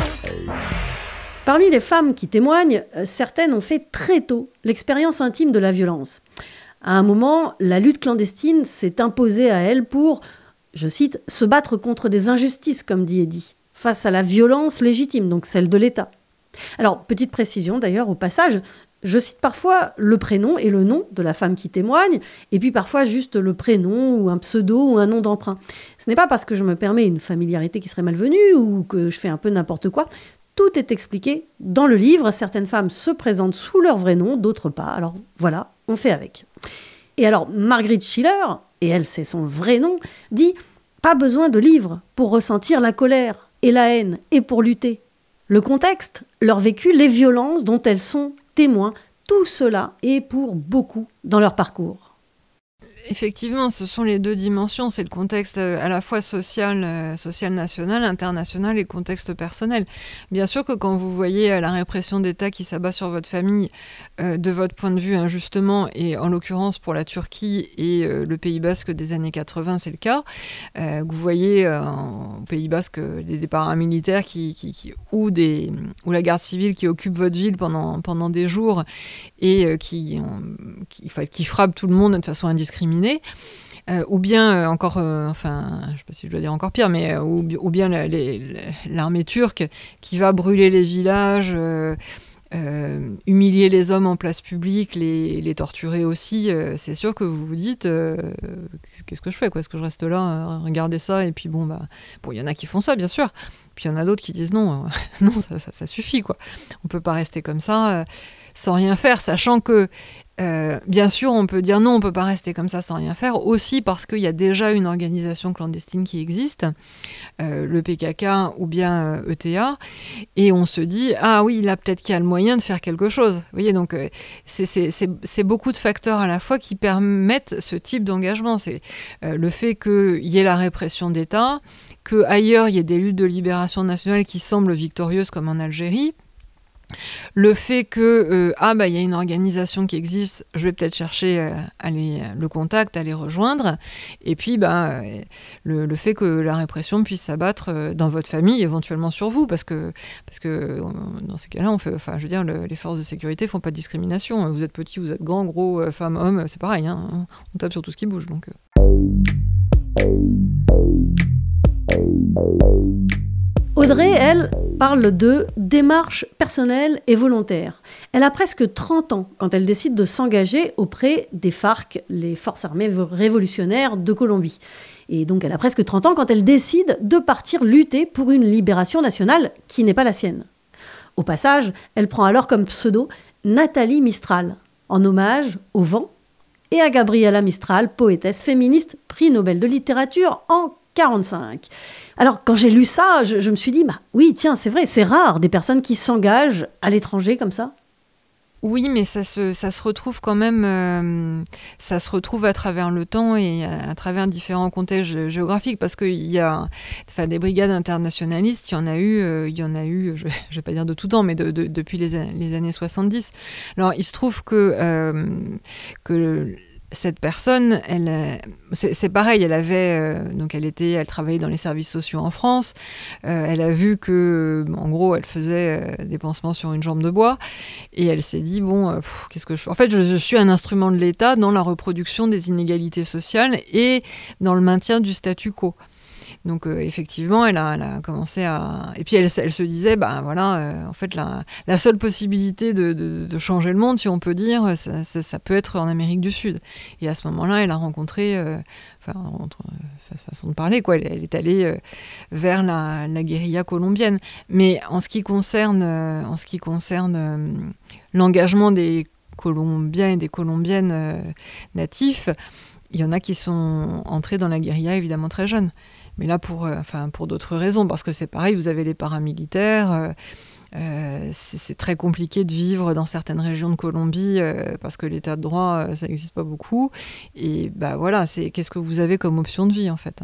Parmi les femmes qui témoignent, certaines ont fait très tôt l'expérience intime de la violence. À un moment, la lutte clandestine s'est imposée à elles pour, je cite, « se battre contre des injustices », comme dit Eddy, face à la violence légitime, donc celle de l'État. Alors, petite précision d'ailleurs au passage, je cite parfois le prénom et le nom de la femme qui témoigne, et puis parfois juste le prénom ou un pseudo ou un nom d'emprunt. Ce n'est pas parce que je me permets une familiarité qui serait malvenue ou que je fais un peu n'importe quoi. Tout est expliqué dans le livre. Certaines femmes se présentent sous leur vrai nom, d'autres pas. Alors voilà, on fait avec. Et alors, Marguerite Schiller, et elle c'est son vrai nom, dit « Pas besoin de livre pour ressentir la colère et la haine et pour lutter. » Le contexte, leur vécu, les violences dont elles sont témoins, tout cela est pour beaucoup dans leur parcours. Effectivement, ce sont les deux dimensions, c'est le contexte à la fois social, euh, social national, international et contexte personnel. Bien sûr que quand vous voyez la répression d'État qui s'abat sur votre famille, euh, de votre point de vue injustement, et en l'occurrence pour la Turquie et euh, le Pays Basque des années quatre-vingts, c'est le cas, euh, que vous voyez euh, au Pays Basque des, des paramilitaires qui, qui, qui, ou, des, ou la garde civile qui occupe votre ville pendant, pendant des jours et euh, qui, on, qui, enfin, qui frappe tout le monde de façon indiscriminée, Euh, ou bien euh, encore, euh, enfin, je ne sais pas si je dois dire encore pire, mais euh, ou, ou bien la, les, l'armée turque qui va brûler les villages, euh, euh, humilier les hommes en place publique, les, les torturer aussi. Euh, c'est sûr que vous vous dites, euh, qu'est-ce que je fais, quoi ? Est-ce que je reste là, euh, regarder ça, et puis bon, bah, bon, il y en a qui font ça, bien sûr. Puis il y en a d'autres qui disent non, euh, non, ça, ça, ça suffit, quoi. On peut pas rester comme ça. Euh, sans rien faire, sachant que, euh, bien sûr, on peut dire non, on ne peut pas rester comme ça sans rien faire, aussi parce qu'il y a déjà une organisation clandestine qui existe, euh, le P K K ou bien euh, E T A, et on se dit, ah oui, là, peut-être qu'il y a le moyen de faire quelque chose. Vous voyez, donc, euh, c'est, c'est, c'est, c'est beaucoup de facteurs à la fois qui permettent ce type d'engagement. C'est euh, le fait qu'il y ait la répression d'État, qu'ailleurs, il y ait des luttes de libération nationale qui semblent victorieuses, comme en Algérie, le fait que euh, ah bah il y a une organisation qui existe, je vais peut-être chercher euh, à les, le contact, à les rejoindre, et puis bah euh, le, le fait que la répression puisse s'abattre euh, dans votre famille, éventuellement sur vous, parce que parce que euh, dans ces cas-là, on fait, enfin je veux dire, le, les forces de sécurité font pas de discrimination. Vous êtes petit, vous êtes grand, gros, euh, femme, homme, c'est pareil, hein, on tape sur tout ce qui bouge, donc. Euh. Audrey, elle, parle de démarche personnelle et volontaire. Elle a presque trente ans quand elle décide de s'engager auprès des FARC, les Forces armées révolutionnaires de Colombie. Et donc elle a presque trente ans quand elle décide de partir lutter pour une libération nationale qui n'est pas la sienne. Au passage, elle prend alors comme pseudo Nathalie Mistral, en hommage au vent, et à Gabriela Mistral, poétesse féministe, prix Nobel de littérature en quarante-cinq. Alors, quand j'ai lu ça, je, je me suis dit, bah oui, tiens, c'est vrai, c'est rare des personnes qui s'engagent à l'étranger comme ça. Oui, mais ça se, ça se retrouve quand même, euh, ça se retrouve à travers le temps et à, à travers différents contextes géographiques, parce qu'il y a enfin, des brigades internationalistes, il y en a eu, euh, il y en a eu, je ne vais pas dire de tout temps, mais de, de, depuis les, les années soixante-dix. Alors, il se trouve que, euh, que cette personne, elle, c'est, c'est pareil, elle avait, euh, donc elle était, elle travaillait dans les services sociaux en France. Euh, elle a vu que, en gros, elle faisait euh, des pansements sur une jambe de bois, et elle s'est dit bon, euh, pff, qu'est-ce que je fais ? En fait, je, je suis un instrument de l'État dans la reproduction des inégalités sociales et dans le maintien du statu quo. Donc euh, effectivement, elle a, elle a commencé à... Et puis elle, elle se disait, bah voilà, euh, en fait, la, la seule possibilité de, de, de changer le monde, si on peut dire, ça, ça, ça peut être en Amérique du Sud. Et à ce moment-là, elle a rencontré, euh, enfin, entre, euh, façon de parler, quoi, elle, elle est allée euh, vers la, la guérilla colombienne. Mais en ce qui concerne, euh, en ce qui concerne euh, l'engagement des Colombiens et des Colombiennes euh, natifs, il y en a qui sont entrés dans la guérilla évidemment très jeunes. Mais là, pour, euh, enfin, pour d'autres raisons, parce que c'est pareil, vous avez les paramilitaires, euh, euh, c'est, c'est très compliqué de vivre dans certaines régions de Colombie, euh, parce que l'état de droit, euh, ça n'existe pas beaucoup. Et bah, voilà, c'est, qu'est-ce que vous avez comme option de vie, en fait ?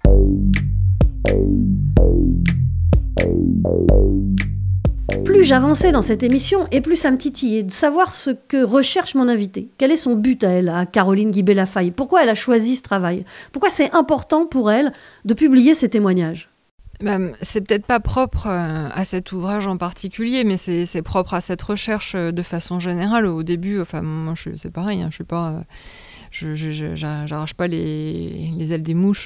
Plus j'avançais dans cette émission, et plus ça me titillait de savoir ce que recherche mon invitée. Quel est son but à elle, à Caroline Guibé-Lafaye ? Pourquoi elle a choisi ce travail ? Pourquoi c'est important pour elle de publier ces témoignages ? Ben, c'est peut-être pas propre euh, à cet ouvrage en particulier, mais c'est, c'est propre à cette recherche euh, de façon générale. Au début, enfin, moi, je, c'est pareil, hein, je suis pas, euh, je, je, je, j'arrache pas les, les ailes des mouches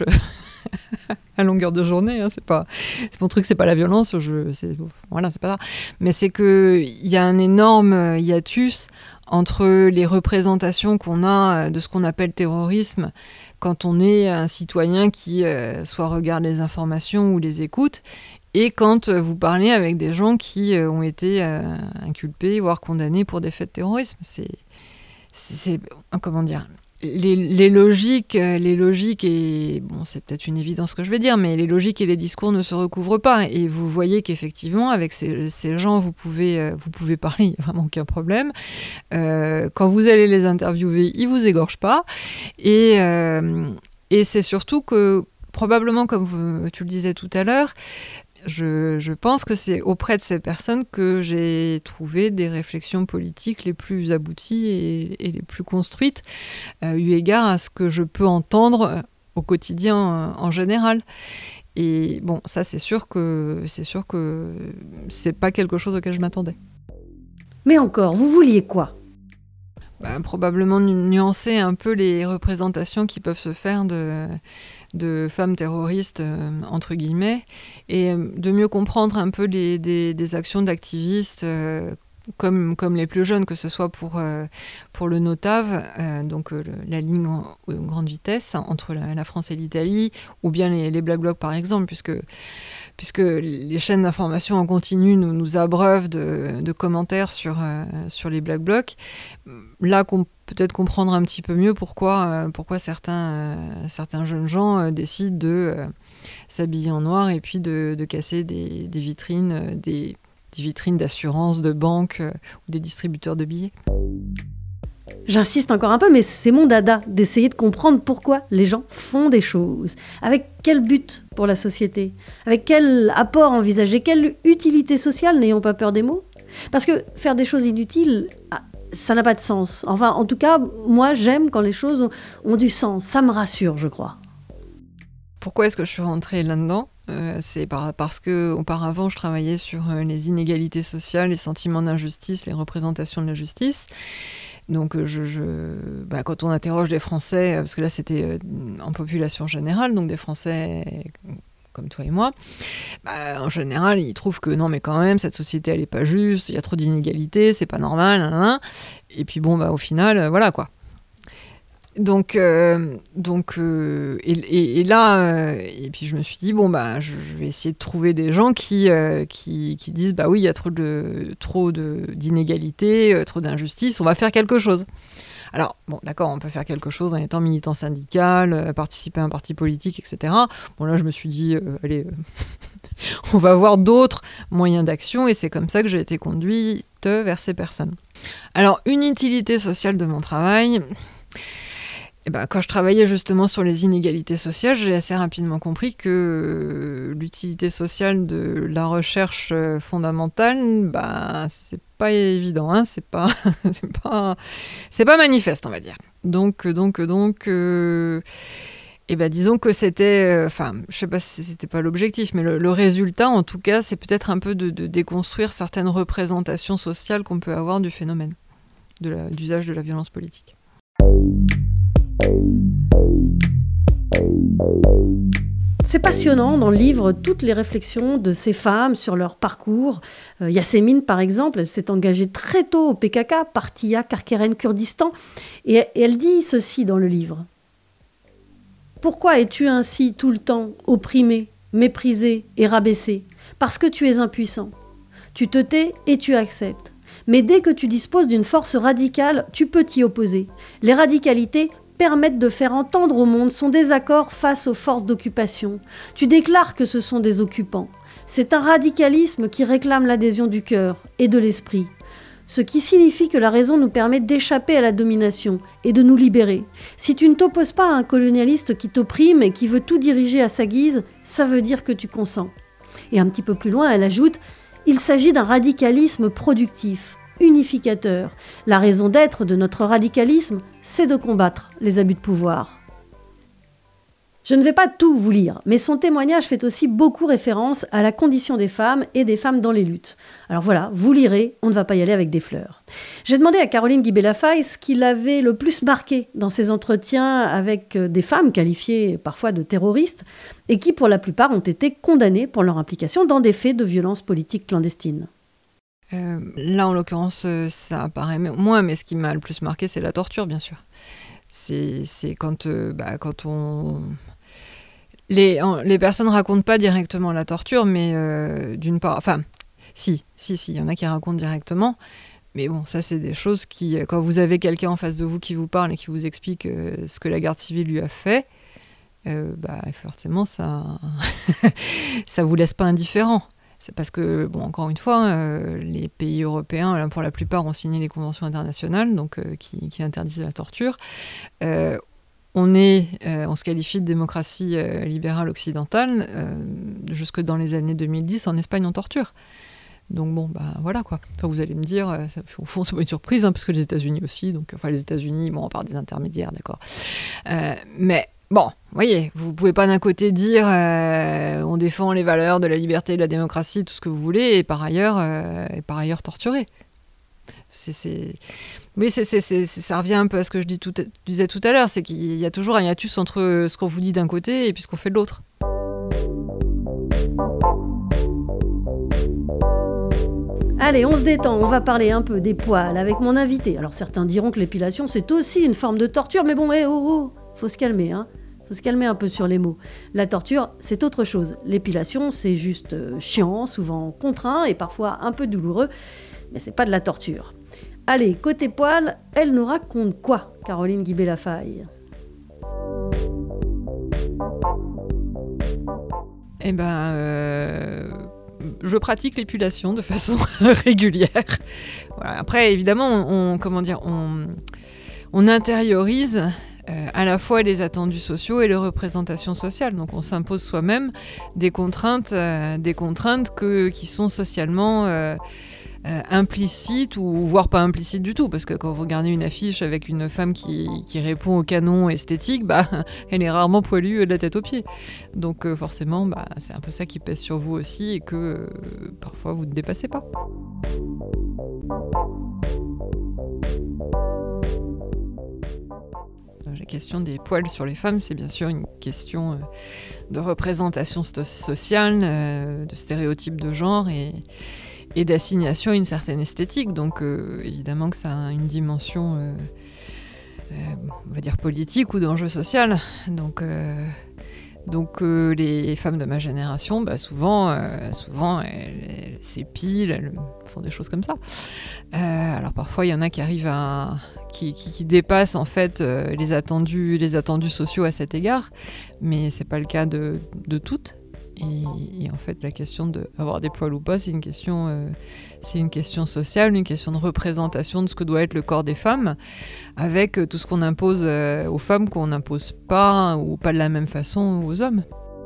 à longueur de journée. Hein, c'est pas, c'est mon truc, c'est pas la violence. Je, c'est, voilà, c'est pas ça. Mais c'est que il y a un énorme hiatus entre les représentations qu'on a de ce qu'on appelle terrorisme quand on est un citoyen qui euh, soit regarde les informations ou les écoute, et quand euh, vous parlez avec des gens qui euh, ont été euh, inculpés, voire condamnés pour des faits de terrorisme. C'est, c'est, c'est comment dire, les, les logiques, les logiques et bon, c'est peut-être une évidence ce que je vais dire, mais les logiques et les discours ne se recouvrent pas. Et vous voyez qu'effectivement, avec ces, ces gens, vous pouvez, vous pouvez parler, il n'y a vraiment aucun problème. Euh, quand vous allez les interviewer, ils vous égorgent pas. Et, euh, et c'est surtout que, probablement, comme vous, tu le disais tout à l'heure, Je, je pense que c'est auprès de ces personnes que j'ai trouvé des réflexions politiques les plus abouties et, et les plus construites, euh, eu égard à ce que je peux entendre au quotidien euh, en général. Et bon, ça c'est sûr que c'est sûr que c'est pas quelque chose auquel je m'attendais. Mais encore, vous vouliez quoi ? Ben, probablement nu- nuancer un peu les représentations qui peuvent se faire de... de femmes terroristes, euh, entre guillemets, et euh, de mieux comprendre un peu les, des, des actions d'activistes euh, comme, comme les plus jeunes, que ce soit pour, euh, pour le NOTAV, euh, donc euh, le, la ligne en, en grande vitesse entre la, la France et l'Italie, ou bien les, les Black Blocs par exemple, puisque, puisque les chaînes d'information en continu nous, nous abreuvent de, de commentaires sur, euh, sur les Black Blocs. Là, qu'on peut-être comprendre un petit peu mieux pourquoi, euh, pourquoi certains, euh, certains jeunes gens euh, décident de euh, s'habiller en noir et puis de, de casser des, des vitrines, euh, des, des vitrines d'assurance, de banques euh, ou des distributeurs de billets. J'insiste encore un peu, mais c'est mon dada d'essayer de comprendre pourquoi les gens font des choses. Avec quel but pour la société ? Avec quel apport envisagé ? Quelle utilité sociale ? N'ayons pas peur des mots. Parce que faire des choses inutiles... ça n'a pas de sens. Enfin, en tout cas, moi, j'aime quand les choses ont du sens. Ça me rassure, je crois. Pourquoi est-ce que je suis rentrée là-dedans ? euh, C'est par, parce qu'auparavant, je travaillais sur euh, les inégalités sociales, les sentiments d'injustice, les représentations de la justice. Donc, je, je, bah, quand on interroge des Français, parce que là, c'était euh, en population générale, donc des Français comme toi et moi, bah, en général, ils trouvent que non, mais quand même, cette société, elle n'est pas juste, il y a trop d'inégalités, c'est pas normal, nan, nan, nan. Et puis bon, bah, au final, euh, voilà quoi. Donc, euh, donc euh, et, et, et là, euh, et puis je me suis dit, bon, bah, je, je vais essayer de trouver des gens qui, euh, qui, qui disent, bah oui, il y a trop, de, trop de, d'inégalités, euh, trop d'injustices, on va faire quelque chose. Alors, bon, d'accord, on peut faire quelque chose en étant militant syndical, euh, participer à un parti politique, et cetera. Bon, là, je me suis dit, euh, allez, euh, on va voir d'autres moyens d'action, et c'est comme ça que j'ai été conduite vers ces personnes. Alors, une utilité sociale de mon travail... Eh ben, quand je travaillais justement sur les inégalités sociales, j'ai assez rapidement compris que euh, l'utilité sociale de la recherche euh, fondamentale, ben, c'est pas évident, hein, c'est pas, c'est pas, c'est pas manifeste, on va dire. Donc, donc, donc, euh, eh ben, disons que c'était, enfin, euh, je sais pas si c'était pas l'objectif, mais le, le résultat, en tout cas, c'est peut-être un peu de, de déconstruire certaines représentations sociales qu'on peut avoir du phénomène, de la, d'usage de la violence politique. C'est passionnant dans le livre, toutes les réflexions de ces femmes sur leur parcours. Euh, Yasmine, par exemple, elle s'est engagée très tôt au P K K, Partiya Karkeren Kurdistan, et, et elle dit ceci dans le livre. « Pourquoi es-tu ainsi tout le temps opprimé, méprisé et rabaissé ? Parce que tu es impuissant. Tu te tais et tu acceptes. Mais dès que tu disposes d'une force radicale, tu peux t'y opposer. Les radicalités permettent de faire entendre au monde son désaccord face aux forces d'occupation. Tu déclares que ce sont des occupants. C'est un radicalisme qui réclame l'adhésion du cœur et de l'esprit. Ce qui signifie que la raison nous permet d'échapper à la domination et de nous libérer. Si tu ne t'opposes pas à un colonialiste qui t'opprime et qui veut tout diriger à sa guise, ça veut dire que tu consens. » Et un petit peu plus loin, elle ajoute « Il s'agit d'un radicalisme productif. » Unificateur. La raison d'être de notre radicalisme, c'est de combattre les abus de pouvoir. Je ne vais pas tout vous lire, mais son témoignage fait aussi beaucoup référence à la condition des femmes et des femmes dans les luttes. Alors voilà, vous lirez, on ne va pas y aller avec des fleurs. J'ai demandé à Caroline Guibé-Lafaye ce qui l'avait le plus marqué dans ses entretiens avec des femmes qualifiées parfois de terroristes et qui pour la plupart ont été condamnées pour leur implication dans des faits de violence politique clandestine. Euh, là, en l'occurrence, euh, ça apparaît moins, mais ce qui m'a le plus marqué, c'est la torture, bien sûr. C'est, c'est quand, euh, bah, quand on... Les, en, les personnes ne racontent pas directement la torture, mais euh, d'une part... Enfin, si, si, si, il y en a qui racontent directement, mais bon, ça, c'est des choses qui... Quand vous avez quelqu'un en face de vous qui vous parle et qui vous explique euh, ce que la garde civile lui a fait, euh, bah, forcément, ça ça vous laisse pas indifférent. C'est parce que, bon, encore une fois, euh, les pays européens, pour la plupart, ont signé les conventions internationales donc, euh, qui, qui interdisent la torture. Euh, on, est, euh, on se qualifie de démocratie euh, libérale occidentale. Euh, jusque dans les années deux mille dix, en Espagne, on torture. Donc bon, bah voilà quoi. Enfin, vous allez me dire, euh, ça, au fond, c'est pas une surprise, hein, parce que les États-Unis aussi. Donc, enfin, les États-Unis, bon, par des intermédiaires, d'accord. Euh, mais... Bon, vous voyez, vous pouvez pas d'un côté dire euh, on défend les valeurs de la liberté, de la démocratie, tout ce que vous voulez, et par ailleurs, euh, et par ailleurs torturer. C'est, c'est... Oui, c'est, c'est, c'est, ça revient un peu à ce que je dis tout, disais tout à l'heure, c'est qu'il y a toujours un hiatus entre ce qu'on vous dit d'un côté et puis ce qu'on fait de l'autre. Allez, on se détend, on va parler un peu des poils avec mon invité. Alors certains diront que l'épilation c'est aussi une forme de torture, mais bon, hé, oh, oh, faut se calmer, hein. Faut se calmer un peu sur les mots. La torture, c'est autre chose. L'épilation, c'est juste euh, chiant, souvent contraint et parfois un peu douloureux, mais c'est pas de la torture. Allez, côté poil, elle nous raconte quoi, Caroline Guibé-Lafaye ? Eh ben, euh, je pratique l'épilation de façon régulière. Voilà. Après, évidemment, on, on, comment dire, on, on intériorise Euh, à la fois les attendus sociaux et les représentations sociales. Donc on s'impose soi-même des contraintes, euh, des contraintes que, qui sont socialement euh, euh, implicites ou voire pas implicites du tout. Parce que quand vous regardez une affiche avec une femme qui, qui répond au canon esthétique, bah, elle est rarement poilue de la tête aux pieds. Donc euh, forcément, bah, c'est un peu ça qui pèse sur vous aussi et que euh, parfois vous ne dépassez pas. question des poils sur les femmes, c'est bien sûr une question euh, de représentation sto- sociale, euh, de stéréotypes de genre et, et d'assignation à une certaine esthétique. Donc euh, évidemment que ça a une dimension, euh, euh, on va dire politique ou d'enjeu social. Donc, euh, donc euh, les femmes de ma génération, bah, souvent, euh, souvent elles, elles s'épilent, elles font des choses comme ça. Euh, alors parfois il y en a qui arrivent à... Qui, qui, qui dépassent en fait euh, les, attendus, les attendus sociaux à cet égard, mais c'est pas le cas de, de toutes. Et, et en fait, la question d'avoir des poils ou pas, c'est une question, euh, c'est une question sociale, une question de représentation de ce que doit être le corps des femmes, avec tout ce qu'on impose euh, aux femmes qu'on n'impose pas ou pas de la même façon aux hommes.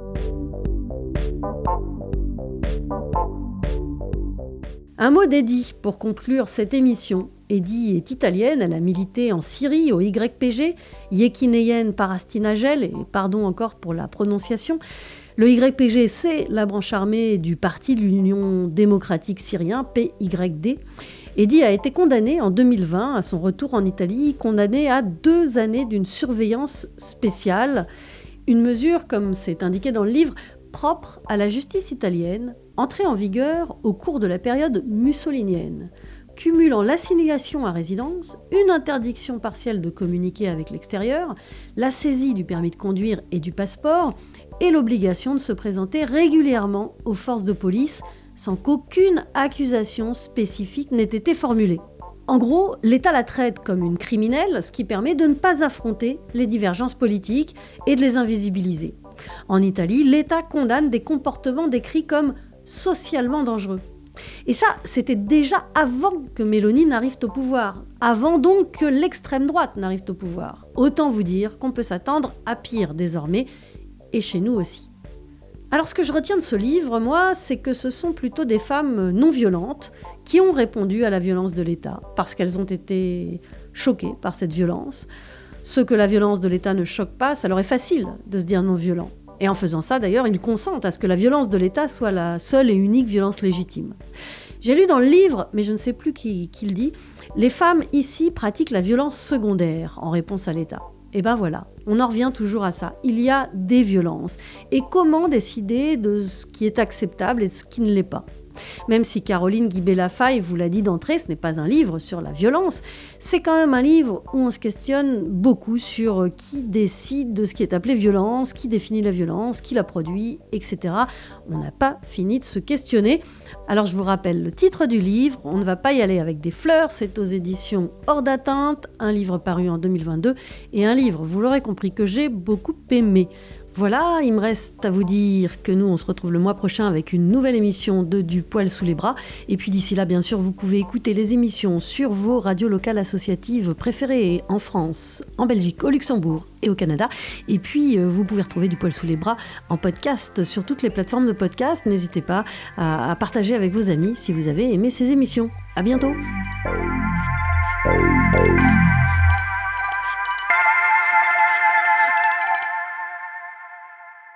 Un mot d'Eddie pour conclure cette émission. Eddie est italienne, elle a milité en Syrie au Y P G, Yekineyen Parastinagel, et pardon encore pour la prononciation. Le Y P G, c'est la branche armée du Parti de l'Union démocratique syrien, P Y D. Eddie a été condamnée en deux mille vingt, à son retour en Italie, condamnée à deux années d'une surveillance spéciale. Une mesure, comme c'est indiqué dans le livre, propre à la justice italienne, entrée en vigueur au cours de la période mussolinienne, cumulant l'assignation à résidence, une interdiction partielle de communiquer avec l'extérieur, la saisie du permis de conduire et du passeport, et l'obligation de se présenter régulièrement aux forces de police sans qu'aucune accusation spécifique n'ait été formulée. En gros, l'État la traite comme une criminelle, ce qui permet de ne pas affronter les divergences politiques et de les invisibiliser. En Italie, l'État condamne des comportements décrits comme socialement dangereux. Et ça, c'était déjà avant que Meloni n'arrive au pouvoir, avant donc que l'extrême droite n'arrive au pouvoir. Autant vous dire qu'on peut s'attendre à pire désormais, et chez nous aussi. Alors ce que je retiens de ce livre, moi, c'est que ce sont plutôt des femmes non violentes qui ont répondu à la violence de l'État, parce qu'elles ont été choquées par cette violence. Ceux que la violence de l'État ne choque pas, ça leur est facile de se dire non violent. Et en faisant ça, d'ailleurs, ils consentent à ce que la violence de l'État soit la seule et unique violence légitime. J'ai lu dans le livre, mais je ne sais plus qui, qui le dit, « Les femmes ici pratiquent la violence secondaire en réponse à l'État ». Et ben voilà, on en revient toujours à ça. Il y a des violences. Et comment décider de ce qui est acceptable et de ce qui ne l'est pas ? Même si Caroline Guibé-Lafaye vous l'a dit d'entrée, ce n'est pas un livre sur la violence, c'est quand même un livre où on se questionne beaucoup sur qui décide de ce qui est appelé violence, qui définit la violence, qui la produit, et cetera. On n'a pas fini de se questionner. Alors je vous rappelle le titre du livre, on ne va pas y aller avec des fleurs, c'est aux éditions Hors d'atteinte, un livre paru en deux mille vingt-deux, et un livre, vous l'aurez compris, que j'ai beaucoup aimé. Voilà, il me reste à vous dire que nous, on se retrouve le mois prochain avec une nouvelle émission de Du poil sous les bras. Et puis d'ici là, bien sûr, vous pouvez écouter les émissions sur vos radios locales associatives préférées en France, en Belgique, au Luxembourg et au Canada. Et puis, euh, vous pouvez retrouver Du poil sous les bras en podcast sur toutes les plateformes de podcast. N'hésitez pas à, à partager avec vos amis si vous avez aimé ces émissions. À bientôt.